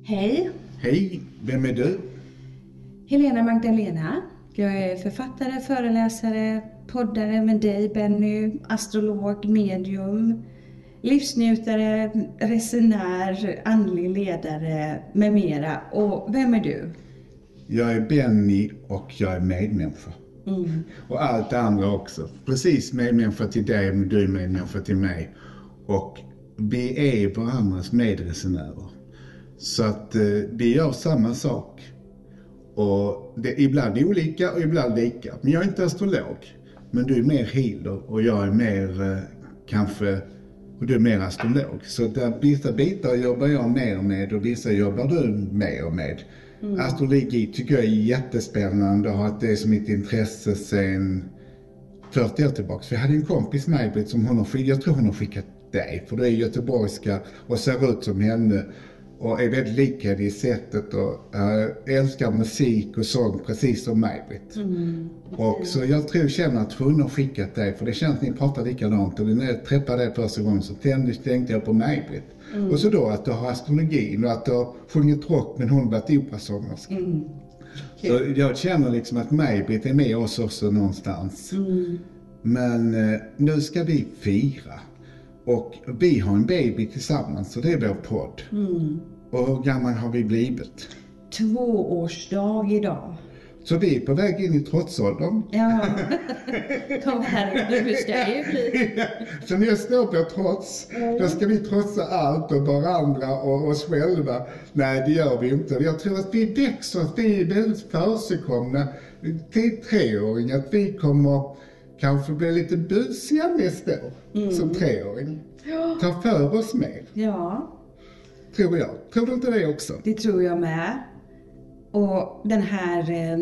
Hej. Hej, vem är du? Helena Magdalena. Jag är författare, föreläsare, poddare med dig Benny, astrolog, medium, livsnjutare, resenär, andlig ledare med mera. Och vem är du? Jag är Benny och jag är medmänniska. Och allt det andra också. Precis medmänniska till dig och du är medmänniska till mig. Och vi är varandras medresenärer. Så att vi gör samma sak. Och det är ibland olika och ibland lika. Men jag är inte astrolog. Men du är mer healer och jag är mer kanske... Och du är mer astrolog. Så där vissa bitar jobbar jag mer med och vissa jobbar du mer med. Astrologi tycker jag är jättespännande och har haft det som mitt intresse sedan 40 år tillbaka. För jag hade en kompis Maj-Britt som jag tror hon har skickat dig. För du är göteborgska och ser ut som henne. Och är väldigt likad i sättet och älskar musik och sång precis som Maj-Britt. Och så jag känner att hon har skickat dig, för det känns att ni pratar likadant. Och när jag träffade dig första gången så tänkte jag på Maj-Britt. Och så då att du har astrologin och att du har sjungit rock, men hon varit operasångerska. Så jag känner liksom att Maj-Britt är med oss också någonstans. Men nu ska vi fira. Och vi har en baby tillsammans, så det är vår podd. Och hur gammal har vi blivit? 2-årsdag idag. Så vi är på väg in i trotsåldern. Ja, kom här, du ska ju bli. Så när jag står på trots, då ska vi trotsa allt och varandra och oss själva. Nej, det gör vi inte. Jag tror att vi växer, att vi är väldigt försigkomna till 3-åring, att vi kommer kanske bli lite busiga nästa år som 3-åring. Ta för oss mer. Ja. Tror jag. Tror du inte det också? Det tror jag med. Och den här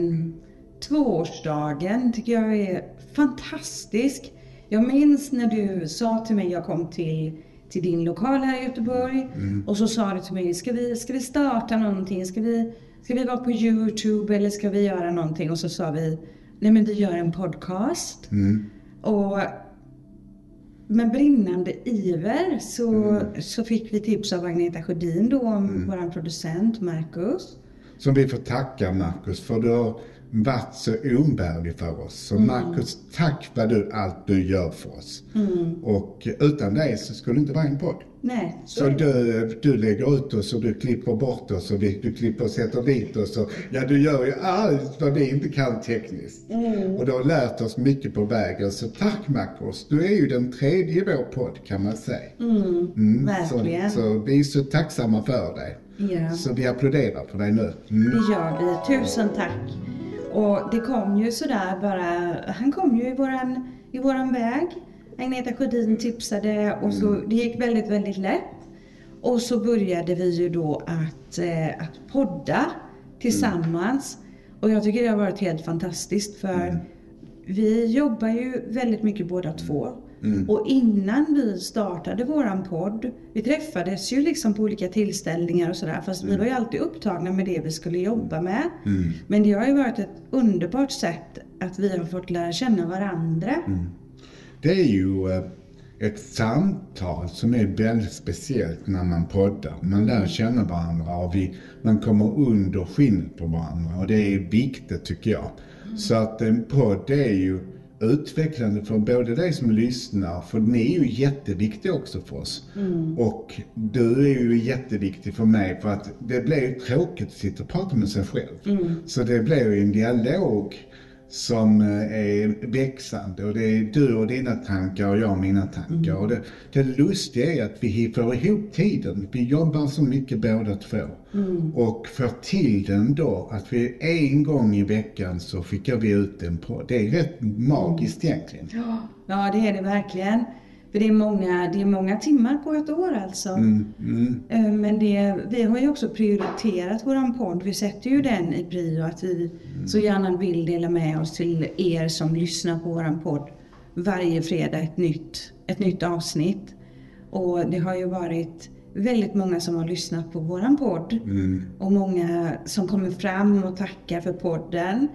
2-årsdagen tycker jag är fantastisk. Jag minns när du sa till mig, jag kom till din lokal här i Göteborg. Och så sa du till mig, ska vi starta någonting? Ska vi vara på YouTube eller ska vi göra någonting? Och så sa vi, nej men vi gör en podcast. Och med brinnande iver så fick vi tips av Agneta Sjödin då om vår producent Marcus. Som vi får tacka Marcus, för du har varit så oumbärlig för oss. Så Marcus, tack för allt du gör för oss. Och utan dig så skulle det inte vara en podd. Nej. Så du lägger ut oss och du klipper bort oss och du klipper och sätter dit oss. Och, ja, du gör ju allt vad vi inte kan tekniskt. Och du har lärt oss mycket på vägen. Så tack Marcus, du är ju den tredje i vår podd kan man säga. Verkligen. Så vi är så tacksamma för dig. Ja. Så vi applåderar för dig nu. Det gör vi, tusen tack. Och det kom ju sådär bara, han kom ju i våran väg. Agneta Sjödin tipsade och så det gick väldigt, väldigt lätt. Och så började vi ju då att podda tillsammans. Och jag tycker det har varit helt fantastiskt för vi jobbar ju väldigt mycket båda två. Och innan vi startade våran podd, vi träffades ju liksom på olika tillställningar och sådär. Fast vi var ju alltid upptagna med det vi skulle jobba med. Men det har ju varit ett underbart sätt att vi har fått lära känna varandra. Det är ju ett samtal som är väldigt speciellt när man poddar. Man lär känna varandra och man kommer under skinnet på varandra. Och det är viktigt tycker jag. Så att en podd är ju utvecklande för både dig som lyssnar. För ni är ju jätteviktiga också för oss. Och du är ju jätteviktig för mig. För att det blir ju tråkigt att sitta och prata med sig själv. Så det blir ju en dialog som är växande och det är du och dina tankar och jag mina tankar. Och det lustiga är att vi får ihop tiden. Vi jobbar så mycket båda två. Och för tiden då att vi en gång i veckan så skickar vi ut en podd. Det är rätt magiskt egentligen. Ja, det är det verkligen. För det är många timmar på ett år alltså. Men vi har ju också prioriterat våran podd. Vi sätter ju den i prio att vi så gärna vill dela med oss till er som lyssnar på våran podd. Varje fredag ett nytt avsnitt. Och det har ju varit väldigt många som har lyssnat på våran podd. Och många som kommer fram och tackar för podden.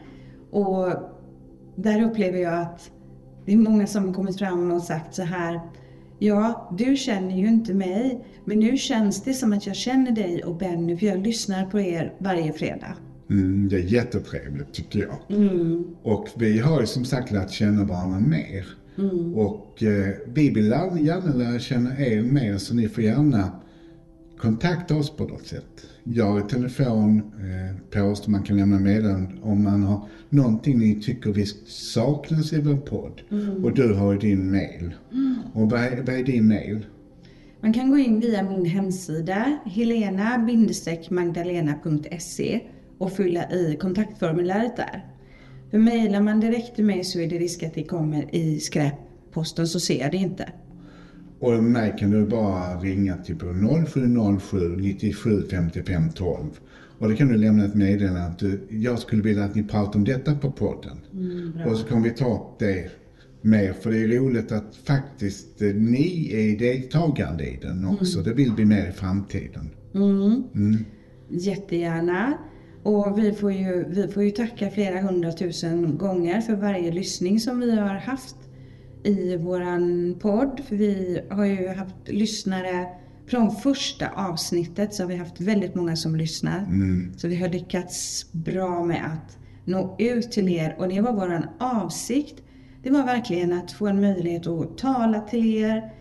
Och där upplever jag att det är många som har kommit fram och sagt så här: Ja, du känner ju inte mig, men nu känns det som att jag känner dig och Benny, för jag lyssnar på er varje fredag. Det är jättetrevligt tycker jag. Och vi har ju som sagt lärt känna varandra mer. Och vi vill gärna lära känna er mer, så ni får gärna kontakta oss på något sätt. Jag har telefon på oss där man kan lämna meddelande om man har någonting ni tycker vi saknas i vår podd. Och du har ju din mail. Och vad är din mail? Man kan gå in via min hemsida helena-magdalena.se och fylla i kontaktformuläret där. För mejlar man direkt till mig så är det risk att det kommer i skräpposten, så ser jag det inte. Och mig kan du bara ringa till på 0707 97 55 12. Och då kan du lämna ett meddelande att jag skulle vilja att ni pratar om detta på podden. Och så kan vi ta upp det mer, för det är roligt att faktiskt ni är deltagande i den också. Det vill vi mer i framtiden. Jättegärna. Och vi får ju tacka flera 100 000 gånger för varje lyssning som vi har haft i våran podd. För vi har ju haft lyssnare från första avsnittet, så har vi haft väldigt många som lyssnar. Så vi har lyckats bra med att nå ut till er, och det var våran avsikt. Det var verkligen att få en möjlighet att tala till er,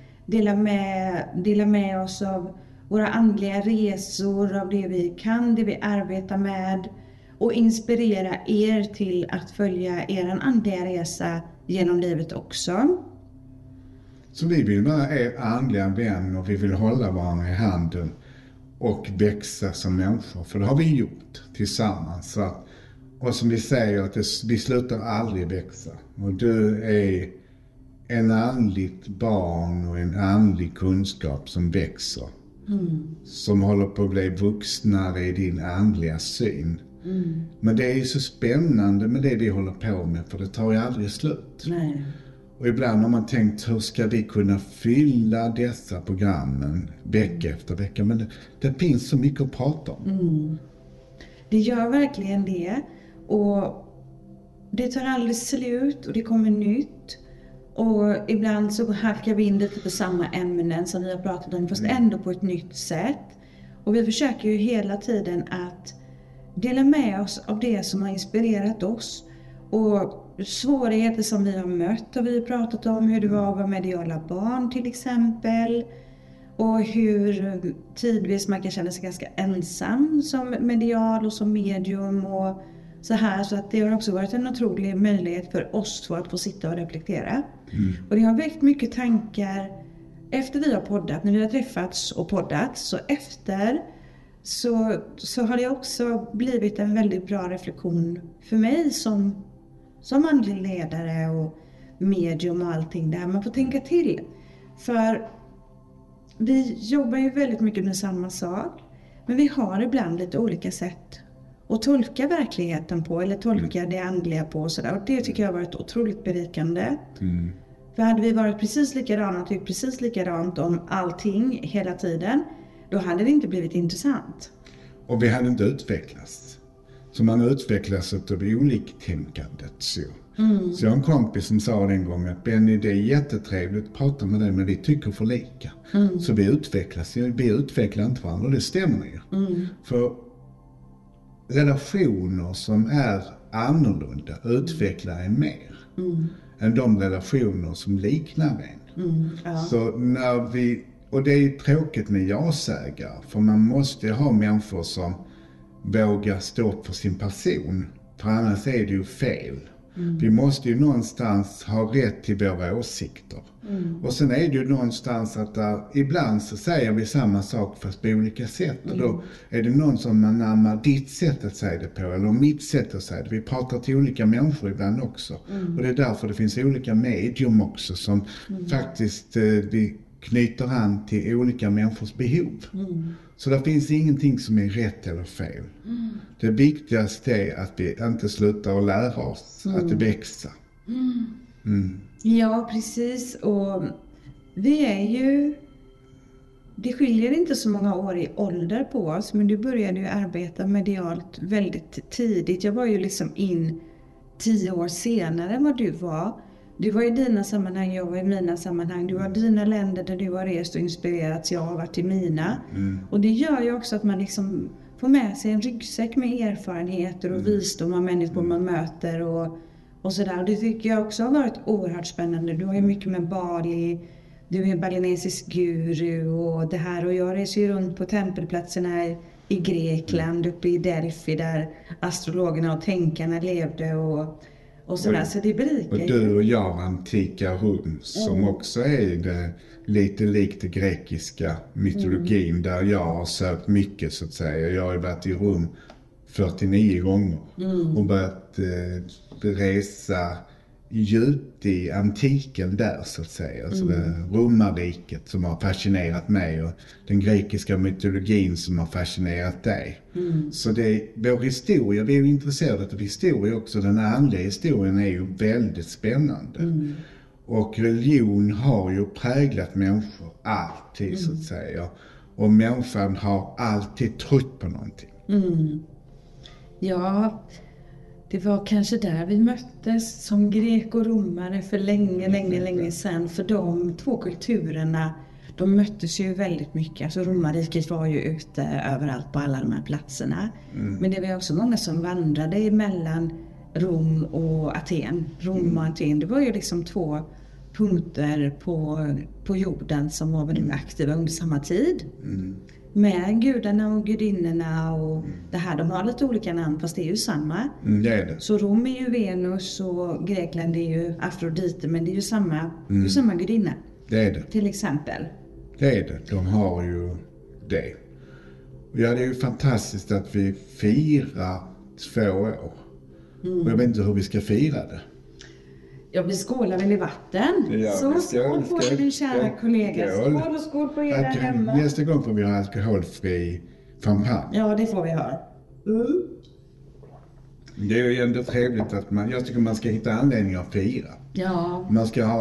dela med oss av våra andliga resor, av det vi kan, det vi arbetar med, och inspirera er till att följa er andliga resa genom livet också. Så vi vill vara er andliga vän, och vi vill hålla varandra i handen och växa som människor. För det har vi gjort tillsammans. Och som vi säger, att vi slutar aldrig växa. Och du är en andligt barn och en andlig kunskap som växer. Som håller på att bli vuxnare i din andliga syn. Men det är ju så spännande med det vi håller på med, för det tar ju aldrig slut. Nej. Och ibland har man tänkt, hur ska vi kunna fylla dessa programmen vecka efter vecka? Men det finns så mycket att prata om. Det gör verkligen det. Och det tar aldrig slut, och det kommer nytt. Och ibland så halkar vi in lite på samma ämnen som vi har pratat om, fast ändå på ett nytt sätt. Och vi försöker ju hela tiden att dela med oss av det som har inspirerat oss. Och svårigheter som vi har mött har vi pratat om, hur det var att vara mediala barn till exempel. Och hur tidvis man kan känna sig ganska ensam som medial och som medium och så här. Så att det har också varit en otrolig möjlighet för oss två att få sitta och reflektera. Och det har väckt mycket tankar efter vi har poddat, när vi har träffats och poddat. Så efter så har det också blivit en väldigt bra reflektion för mig som andlig ledare och medium och allting där. Man får tänka till. För vi jobbar ju väldigt mycket med samma sak. Men vi har ibland lite olika sätt att tolka verkligheten på. Eller tolka det andliga på och sådär. Och det tycker jag har varit otroligt berikande. För hade vi varit precis likadana, tyckt precis likadant om allting hela tiden, då hade det inte blivit intressant. Och vi hade inte utvecklats. Så man utvecklas av oliktänkandet så. Så jag har en kompis som sa den gången att Benny, det är jättetrevligt att prata med dig, men vi tycker för lika. Så vi utvecklar inte varandra, och det stämmer ju. För relationer som är annorlunda utvecklar en mer än de relationer som liknar en. Så när och det är tråkigt med ja-sägare, för man måste ha människor som vågar stå upp för sin person, för annars är det ju fel. Vi måste ju någonstans ha rätt till våra åsikter. Och sen är det ju någonstans att ibland så säger vi samma sak fast på olika sätt. Och då är det någon som anammar ditt sätt att säga det på, eller mitt sätt att säga det. Vi pratar till olika människor ibland också. Och det är därför det finns olika medium också som faktiskt vi knyter an till olika människors behov. Så det finns ingenting som är rätt eller fel. Det viktigaste är att vi inte slutar att lära oss att växa. Ja, precis. Och vi är ju... Det skiljer inte så många år i ålder på oss, men du började ju arbeta medialt väldigt tidigt. Jag var ju liksom in 10 år senare än vad du var. Du var i dina sammanhang, jag var i mina sammanhang. Du har dina länder där du har rest och inspirerats, jag har varit i mina. Och det gör ju också att man liksom får med sig en ryggsäck med erfarenheter och visdom av människor man möter och sådär. Och det tycker jag också har varit oerhört spännande. Du har ju mycket med Bali, du är en balinesisk guru och det här. Och jag reser ju runt på tempelplatserna i Grekland, uppe i Delphi där astrologerna och tänkarna levde och sådär. Så det berikar. Och du och jag antika rum som också är lite likt det grekiska mytologin där jag har sökt mycket så att säga. Jag har ju varit i Rom 49 gånger och börjat resa djupt i antiken där så att säga. Alltså det romarriket som har fascinerat mig och den grekiska mytologin som har fascinerat dig. Så det är vår historia, vi är ju intresserade av historia också. Den andliga historien är ju väldigt spännande. Och religion har ju präglat människor alltid så att säga. Och människan har alltid trott på någonting. Ja, det var kanske där vi möttes som grek och romare för länge sedan. För de två kulturerna, de möttes ju väldigt mycket. Alltså romarriket var ju ute överallt på alla de här platserna. Men det var också många som vandrade mellan Rom och Aten. Rom och Aten, det var ju liksom två punkter på jorden som var väldigt aktiva under samma tid. Med gudarna och gudinnorna och det här, de har lite olika namn fast det är ju samma. Det är det. Så Rom är ju Venus och Grekland är ju Afrodite, men det är ju samma gudinna. Det är det. Till exempel. Det är det, de har ju det. Ja, det är ju fantastiskt att vi firar 2 år. Och jag vet inte hur vi ska fira det. Ja, vi skålar väl i vatten. Ja, så skål på din kära kollega. Skål och skål på er där hemma. Nästa gång får vi ha alkoholfri champagne. Ja, det får vi ha. Det är ju ändå trevligt att jag tycker man ska hitta anledningar att fira. Ja.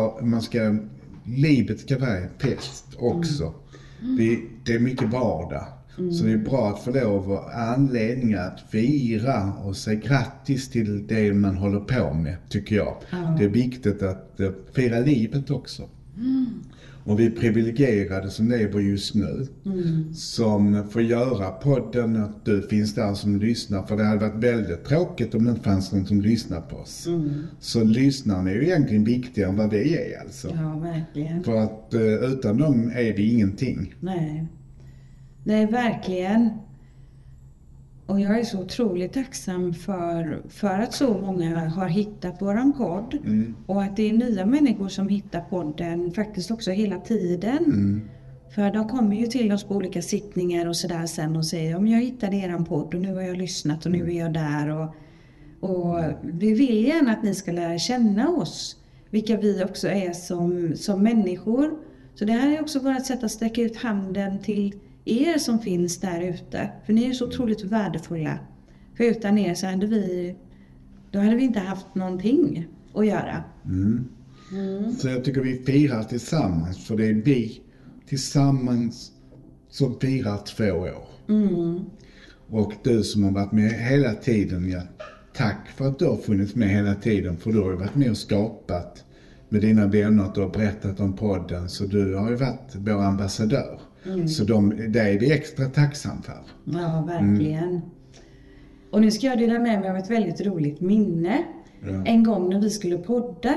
Livet ska vara en fest också. Det är mycket vardag. Så det är bra att få lov och anledningar att fira och säga grattis till det man håller på med, tycker jag. Det är viktigt att fira livet också. Och vi är privilegierade som lever just nu. Som får göra podden, att du finns där som lyssnar. För det hade varit väldigt tråkigt om det inte fanns någon som lyssnar på oss. Så lyssnarna är ju egentligen viktigare än vad vi är alltså. Ja, verkligen. För att utan dem är vi ingenting. Nej, verkligen. Och jag är så otroligt tacksam för att så många har hittat våran podd. Och att det är nya människor som hittar podden faktiskt också hela tiden. För de kommer ju till oss på olika sittningar och sådär sen och säger om jag hittade eran podd och nu har jag lyssnat och nu är jag där. Och vi vill gärna att ni ska lära känna oss. Vilka vi också är som människor. Så det här är också vårt sätt att sträcka ut handen till er som finns där ute. För ni är så otroligt värdefulla. För utan er så hade vi inte haft någonting att göra. Så jag tycker vi firar tillsammans. För det är vi tillsammans som firar 2 år. Och du som har varit med hela tiden, ja, tack för att du har funnits med hela tiden. För du har ju varit med och skapat med dina vänner och du har berättat om podden. Så du har ju varit vår ambassadör. Så det är vi extra tacksam för. Ja, verkligen. Och nu ska jag dela med mig av ett väldigt roligt minne. En gång när vi skulle podda.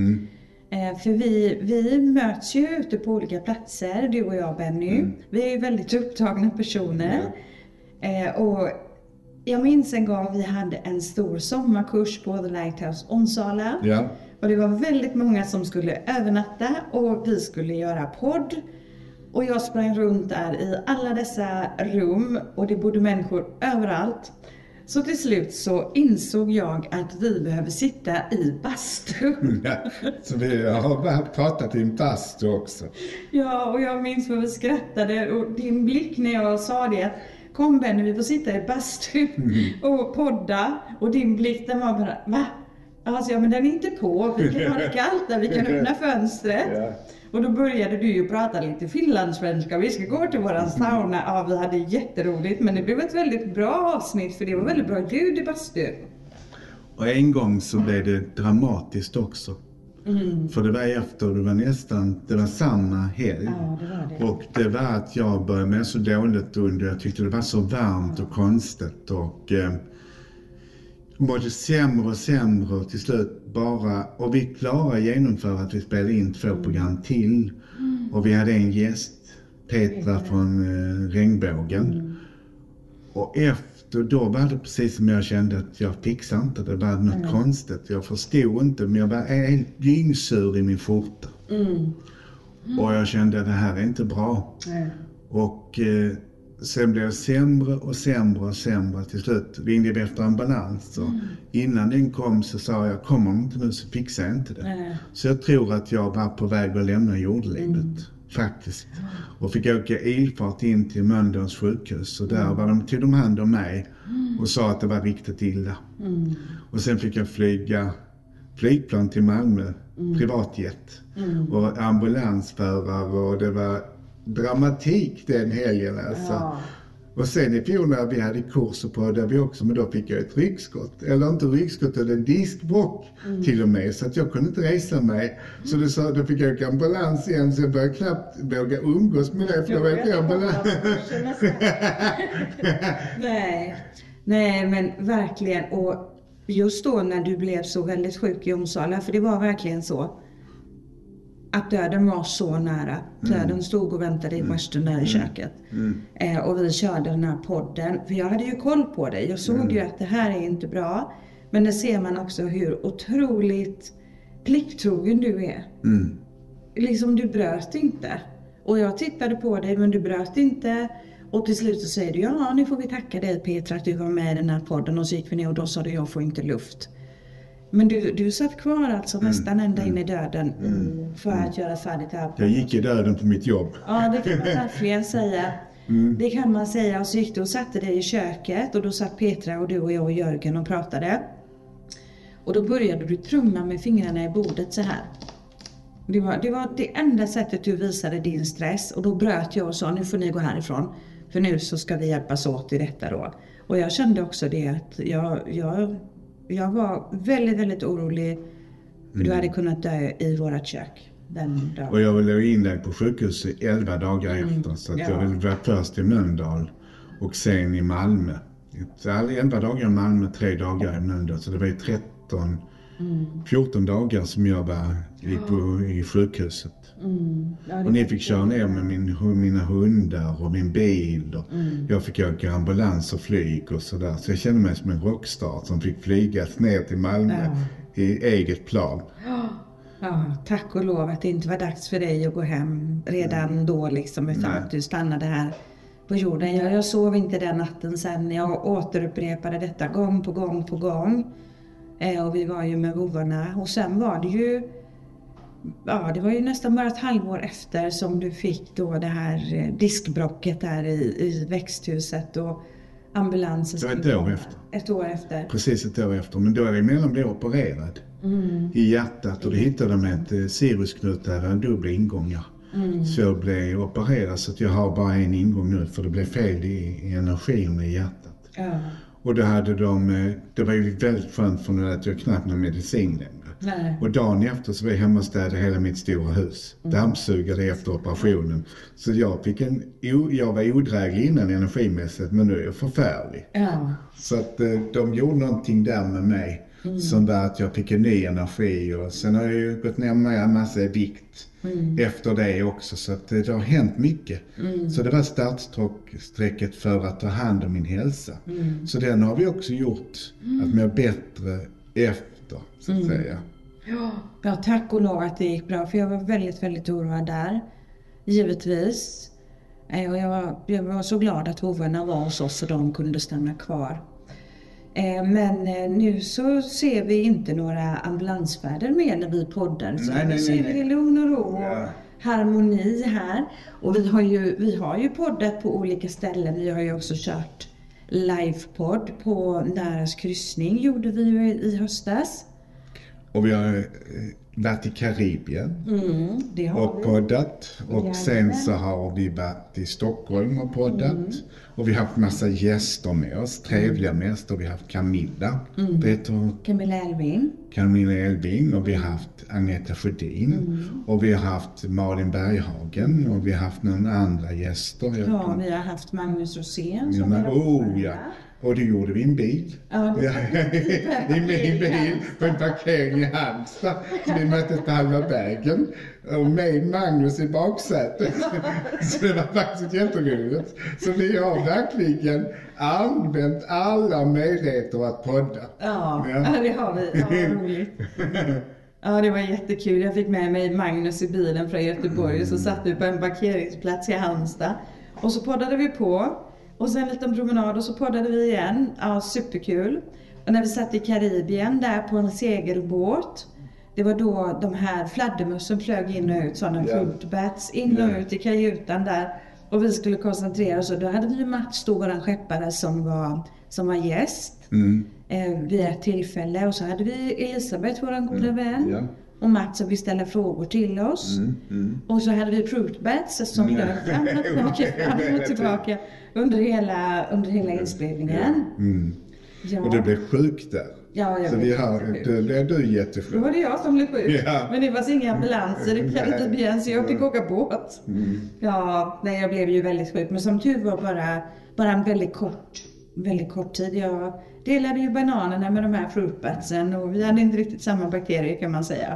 För vi möts ju ute på olika platser, du och jag, Benny. Vi är ju väldigt upptagna personer. Och jag minns en gång vi hade en stor sommarkurs på The Lighthouse Onsala. Och det var väldigt många som skulle övernatta och vi skulle göra podd. Och jag sprang runt där i alla dessa rum och det bodde människor överallt. Så till slut så insåg jag att vi behöver sitta i bastu. Så vi har pratat i en bastu också. Ja, och jag minns vad vi skrattade och din blick när jag sa det att kom Benny, vi får sitta i bastu och podda. Och din blick den var bara, va? Alltså ja, men den är inte på, vi kan ha det kallt där, vi kan öppna fönstret. Och då började du ju prata lite finlandssvenska. Vi ska gå till våran sauna. Ja, vi hade jätteroligt. Men det blev ett väldigt bra avsnitt. För det var väldigt bra ljud i bastu. Och en gång så blev det dramatiskt också. För det var samma helg. Ja, det var det. Och det var att jag började med så dåligt under, jag tyckte det var så varmt och konstigt och mådde sämre och sämre och till slut och vi klarade genomföra att vi spelade in 2 program till. Och vi hade en gäst, Petra från Regnbågen. Och då var det precis som jag kände att jag fixade inte, det var något konstigt. Jag förstod inte, men jag var helt dyngsur i min skjorta. Och jag kände att det här är inte bra. Och sen blev jag sämre och sämre och sämre. Till slut ringde vi efter ambulans. Och innan den kom så sa jag, kommer de inte nu så fixar jag inte det. Så jag tror att jag var på väg att lämna jordlivet. Faktiskt. Och fick åka ilfart in till Mölndals sjukhus. Och där tog de hand om mig. Och sa att det var riktigt illa. Och sen fick jag flyga flygplan till Malmö. Privatjet. Och ambulansförare och det var dramatik den helgen alltså. Ja. Och sen i fjol när vi hade kurser på där vi också, men då fick jag ett ryggskott. Eller inte ryggskott, eller en diskbråck till och med. Så att jag kunde inte resa mig. Så då fick jag åka ambulans igen, så jag började knappt våga umgås med det. För jag vet ambulans. Nej, men verkligen. Och just då när du blev så väldigt sjuk i Onsala, för det var verkligen så. Att döden var så nära. Döden stod och väntade i farstun där i köket. Och vi körde den här podden. För jag hade ju koll på dig. Jag såg ju att det här är inte bra. Men det ser man också hur otroligt plikttrogen du är. Liksom du bröt inte. Och jag tittade på dig men du bröt inte. Och till slut så säger du, ja nu får vi tacka dig Petra att du var med i den här podden. Och så gick vi ner och då sa du, jag får inte luft. Men du satt kvar alltså nästan ända in i döden för att göra färdigt det här. Jag gick i döden på mitt jobb. Ja, det kan man verkligen säga. Det kan man säga. Och så gick du och satte dig i köket och då satt Petra och du och jag och Jörgen och pratade. Och då började du trumma med fingrarna i bordet så här. Det var det enda sättet du visade din stress. Och då bröt jag och sa, nu får ni gå härifrån. För nu så ska vi hjälpas åt i detta då. Och jag kände också det att jag var väldigt, väldigt orolig. För du hade kunnat dö i vårat kök den dagen. Och jag låg inlagd på sjukhus 11 dagar efter. Så att jag var först i Mölndal och sen i Malmö. 11 dagar i Malmö, 3 dagar i Mölndal. Så det var ju 14 dagar som jag var i sjukhuset. Och ni fick köra ner med mina hundar och min bil. Och jag fick åka ambulans och flyg och sådär. Så jag kände mig som en rockstar som fick flygas ner till Malmö i eget plan. Ja, tack och lov att det inte var dags för dig att gå hem redan då liksom. Utan att du stannade här på jorden. Jag sov inte den natten sen. Jag återupprepade detta gång på gång på gång. Och vi var ju med vovarna. Och sen var det ju... Ja, det var ju nästan bara ett halvår efter som du fick då det här diskbrocket där i växthuset och ambulansen. Det var ett år efter. Ett år efter. Precis ett år efter. Men då är det emellan blev opererad i hjärtat och då hittade de ett sirusknut där, dubbla ingångar. Så jag blev opererad så att jag har bara en ingång nu för det blev fel i energin i hjärtat. Ja. Och då hade det var ju väldigt skönt för nu att jag knappt någon medicin längre. Nej. Och dagen efter så var jag hemma och städade hela mitt stora hus. Dammsugade efter operationen. Så jag var odräglig innan energimässigt men nu är jag förfärlig. Ja. Så att de gjorde någonting där med mig. Som var att jag fick en ny energi och sen har jag ju gått ner med en massa vikt efter det också. Så att det har hänt mycket. Så det var startsträcket för att ta hand om min hälsa. Så den har vi också gjort att må bättre efter så att säga. Ja, tack och lov att det gick bra för jag var väldigt, väldigt oroad där. Givetvis. Och jag var så glad att hovarna var hos oss och de kunde stanna kvar. Men nu så ser vi inte några ambulansfärder mer när vi poddar. Så nu ser vi lugn och ro och harmoni här. Och vi har ju poddat på olika ställen. Vi har ju också kört livepodd på Näras kryssning gjorde vi ju i höstas. Och vi har varit i Karibien Det har och vi. poddat. Och Jajamän. sen så har vi varit i Stockholm och poddat. Och vi har haft massa gäster med oss, trevliga gäster. Vi har haft Camilla, Camilla Elving, och vi har haft Agneta Sjödin. Och vi har haft Malin Berghagen, och vi har haft några andra gäster. Ja, vi har haft Magnus Rosén Ja, som ja. Och det gjorde vi i en bil. Ja, I min bil på en parkering i Halmstad. Vi möttes på halva vägen. Och med Magnus i baksätet. Så det var faktiskt jätteroligt. Så vi har verkligen använt alla möjligheter att podda. Ja, det har vi. Ja, roligt. Ja, det var jättekul. Jag fick med mig Magnus i bilen från Göteborg. Så satt vi på en parkeringsplats i Halmstad. Och så poddade vi på. Och sen en liten promenad och så poddade vi igen. Ja, superkul. Och när vi satt i Karibien där på en segelbåt. Det var då de här fladdermössen flög in och ut. Sådana fruitbats in och ut i kajutan där. Och vi skulle koncentrera oss. Och då hade vi Mats då, våran skeppare som var gäst. Vid ett tillfälle. Och så hade vi Elisabeth, våran goda vän. Och Mats som vill ställa frågor till oss. Och så hade vi fruitbats som flög fram och tillbaka under hela inspelningen. Ja. Och det blev sjukt där. Ja, så det blev du jättesjuk. Då var det jag som blev sjuk. Ja. Men det var inga ambulanser i Karibien så jag fick åka båt. Ja, nej, jag blev ju väldigt sjuk. Men som tur var bara en väldigt kort tid. Jag delade ju bananerna med de här fruitbatsen och vi hade inte riktigt samma bakterier kan man säga.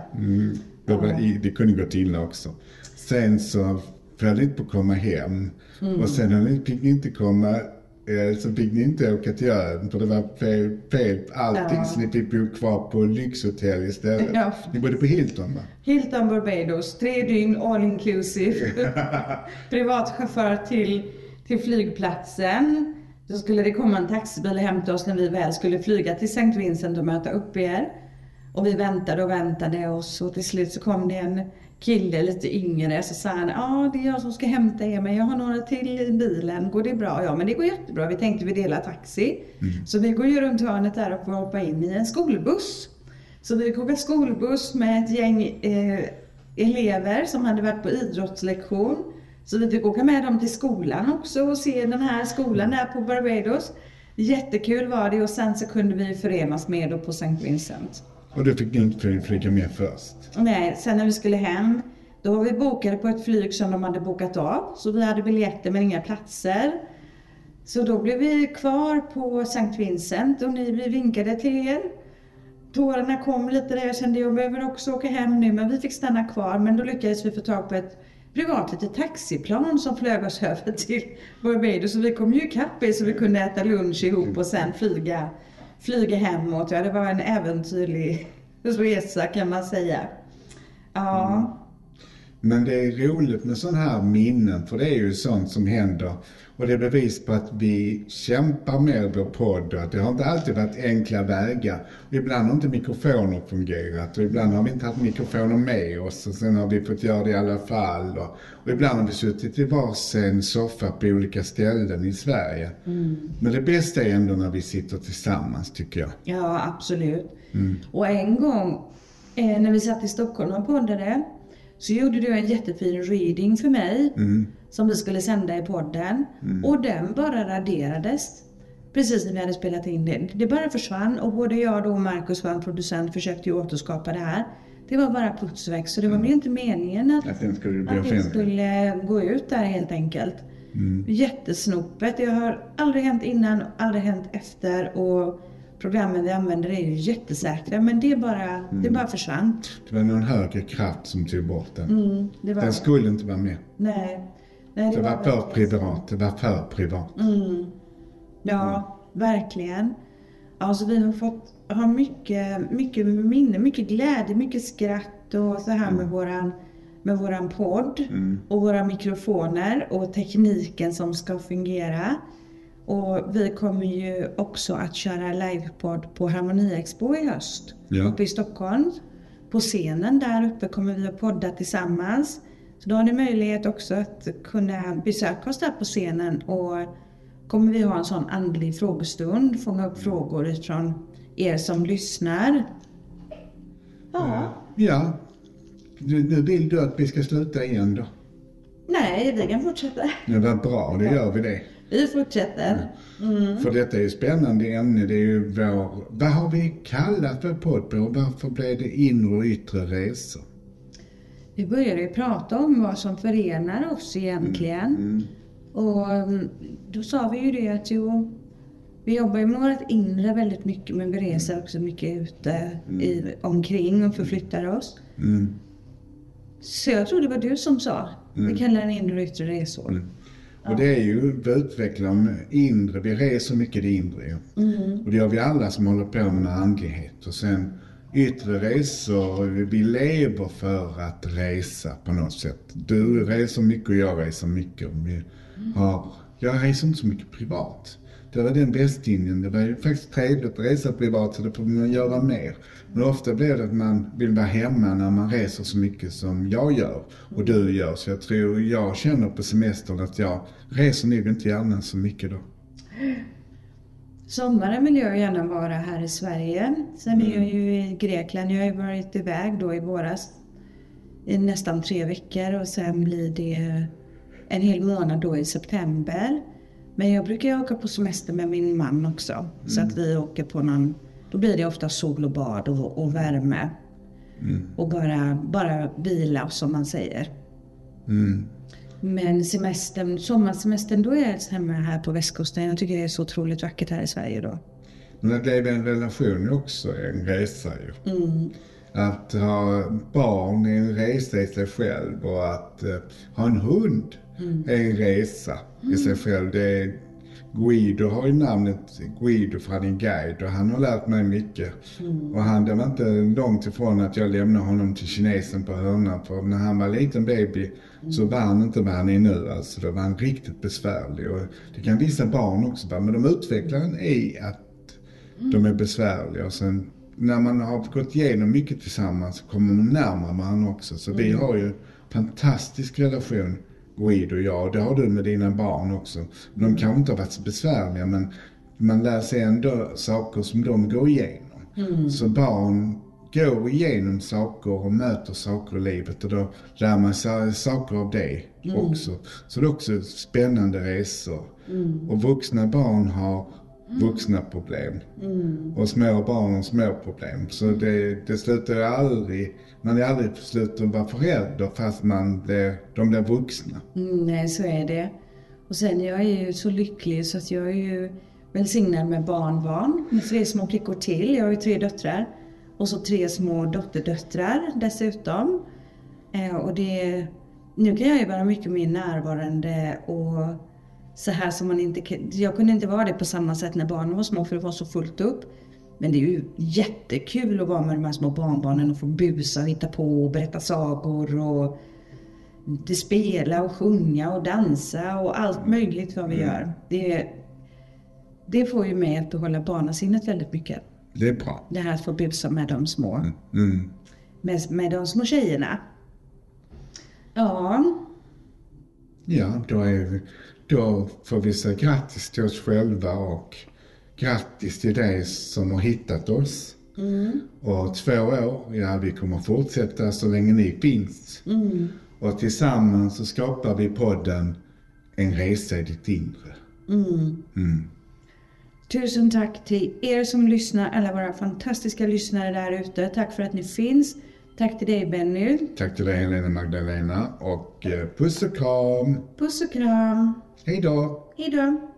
Det kunde gå till också. Sen så föll det inte på att komma hem. Och sen när ni fick inte komma så fick ni inte åka till ön för det var fel på allting. Så ni fick bo kvar på lyxhotell istället. Ja. Ni bodde på Hilton, va? Hilton Barbados, 3 dygn all inclusive. Privatchaufför till flygplatsen. Så skulle det komma en taxibil och hämta oss när vi väl skulle flyga till St. Vincent och möta upp er. Och vi väntade och så till slut så kom det en kille lite yngre. Så sa han, det är jag som ska hämta er men jag har några till i bilen. Går det bra? Ja men det går jättebra. Vi tänkte vi delar taxi. Så vi går ju runt hörnet där och får hoppa in i en skolbuss. Så vi åker skolbuss med ett gäng elever som hade varit på idrottslektion. Så vi fick åka med dem till skolan också och se den här skolan där på Barbados. Jättekul var det och sen så kunde vi förenas med då på St. Vincent. Och du fick inte flyga med först? Nej, sen när vi skulle hem då var vi bokade på ett flyg som de hade bokat av. Så vi hade biljetter men inga platser. Så då blev vi kvar på St. Vincent och ni blev vinkade till er. Tårarna kom lite där, jag kände jag behöver också åka hem nu men vi fick stanna kvar. Men då lyckades vi få tag på ett privat litet taxiplan som flög oss över till Barbados. Så vi kom ju ikapp så vi kunde äta lunch ihop och sen flyga hemåt. Ja, det var en äventyrlig resa kan man säga. Ja. Men det är roligt med sådana här minnen för det är ju sånt som händer. Och det är bevis på att vi kämpar med vår podd. Det har inte alltid varit enkla vägar. Och ibland har inte mikrofoner fungerat. Och ibland har vi inte haft mikrofoner med oss. Och sen har vi fått göra det i alla fall. Och ibland har vi suttit i varsin soffa på olika ställen i Sverige. Men det bästa är ändå när vi sitter tillsammans tycker jag. Ja, absolut. Och en gång när vi satt i Stockholm och poddade. Så gjorde du en jättefin reading för mig. Som vi skulle sända i podden. Och den bara raderades. Precis när vi hade spelat in det. Det bara försvann. Och både jag och Marcus, vår producent, försökte ju återskapa det här. Det var bara putsväck. Så det var väl inte meningen att det skulle gå ut där helt enkelt. Jättesnopet. Det har aldrig hänt innan och aldrig hänt efter. Och programmen vi använder är ju jättesäkra. Men det bara försvann. Det var någon högre kraft som tog bort den. Den skulle inte vara med. Nej, det var för privat. Det var för privat. Ja, verkligen. Alltså vi har fått ha mycket minne, mycket glädje, mycket skratt och så här med våran podd och våra mikrofoner och tekniken som ska fungera. Och vi kommer ju också att köra livepodd på Harmoni Expo i höst. Uppe i Stockholm. På scenen där uppe kommer vi att podda tillsammans. Så då har ni möjlighet också att kunna besöka oss där på scenen. Och kommer vi ha en sån andlig frågestund. Fånga upp frågor från er som lyssnar. Ja, Nu vill du att vi ska sluta igen då? Nej, vi kan fortsätta. Det var bra, då gör vi det. Vi fortsätter. För detta är ju spännande ämne. Det är ju vad har vi kallat vår podd på? Varför blev det inre och yttre resor? Vi började ju prata om vad som förenar oss egentligen. Och då sa vi ju det att vi jobbar ju med vårt inre väldigt mycket, men vi reser också mycket ute omkring och förflyttar oss. Så jag tror det var du som sa. Vi kallar det inre och yttre resor. Och det är ju att utveckla inre. Vi reser mycket det inre ju. Och det gör vi alla som håller på med andlighet. Och sen yttre resor, vi lever för att resa på något sätt. Du reser mycket och jag reser mycket. Jag reser inte så mycket privat. Det var den bästlinjen. Det var ju faktiskt trevligt att resa privat, så det får man göra mer. Men ofta blir det att man vill vara hemma när man reser så mycket som jag gör och du gör. Så jag känner på semestern att jag reser nog inte gärna så mycket då. Sommaren vill jag gärna vara här i Sverige. Sen är jag ju i Grekland. Jag har ju varit iväg då i våras i nästan 3 veckor. Och sen blir det en hel månad då i september. Men jag brukar åka på semester med min man också. Så att vi åker på då blir det ofta sol och bad och värme. Och bara vila, som man säger. Men sommarsemestern, då är jag hemma här på västkusten. Jag tycker det är så otroligt vackert här i Sverige då. Men det är en relation också, en resa ju. Att ha barn är en resa i sig själv, och att ha en hund är en resa i sig själv. Guido har ju namnet Guido för han är guide, och han har lärt mig mycket. Och det var inte långt ifrån att jag lämnade honom till kinesen på hörnan, för när han var liten baby så var han inte vad han är nu. Alltså då var han riktigt besvärlig, och det kan vissa barn också vara, men de utvecklar en i att de är besvärliga. Och sen när man har gått igenom mycket tillsammans så kommer man närmare varandra också. Så vi har ju fantastisk relation, Guido och jag. Det har du med dina barn också. De kanske inte har varit så besvärliga, men man lär sig ändå saker som de går igenom. Så barn går igenom saker och möter saker i livet, och då lär man sig saker av det också. Så det är också spännande resor. Och vuxna barn har vuxna problem. Och små barn har små problem. Så det slutar aldrig. Man är aldrig slutar vara förälder fast de blir vuxna. Nej, så är det. Och sen jag är ju så lycklig så att jag är ju välsignad med barnbarn. Med 3 små flickor till. Jag har ju 3 döttrar. Och så 3 små dotterdöttrar dessutom. Och nu kan jag ju vara mycket mer närvarande och så här som man inte... Jag kunde inte vara det på samma sätt när barnen var små, för det var så fullt upp. Men det är ju jättekul att vara med de här små barnbarnen och få busa och hitta på och berätta sagor och spela och sjunga och dansa och allt möjligt vad vi gör. Det får ju mig att hålla barnasinnet väldigt mycket. Det är bra. Det här att få busa med de små. Med de små tjejerna. Ja. Ja, då får vi säga grattis till oss själva och grattis till dig som har hittat oss. Och 2 år, vi kommer fortsätta så länge ni finns. Och tillsammans så skapar vi podden En resa i ditt inre. Tusen tack till er som lyssnar, alla våra fantastiska lyssnare där ute. Tack för att ni finns. Tack till dig, Benny. Tack till dig, Helena Magdalena. Och puss och kram. Puss och kram. Hej då. Hej då.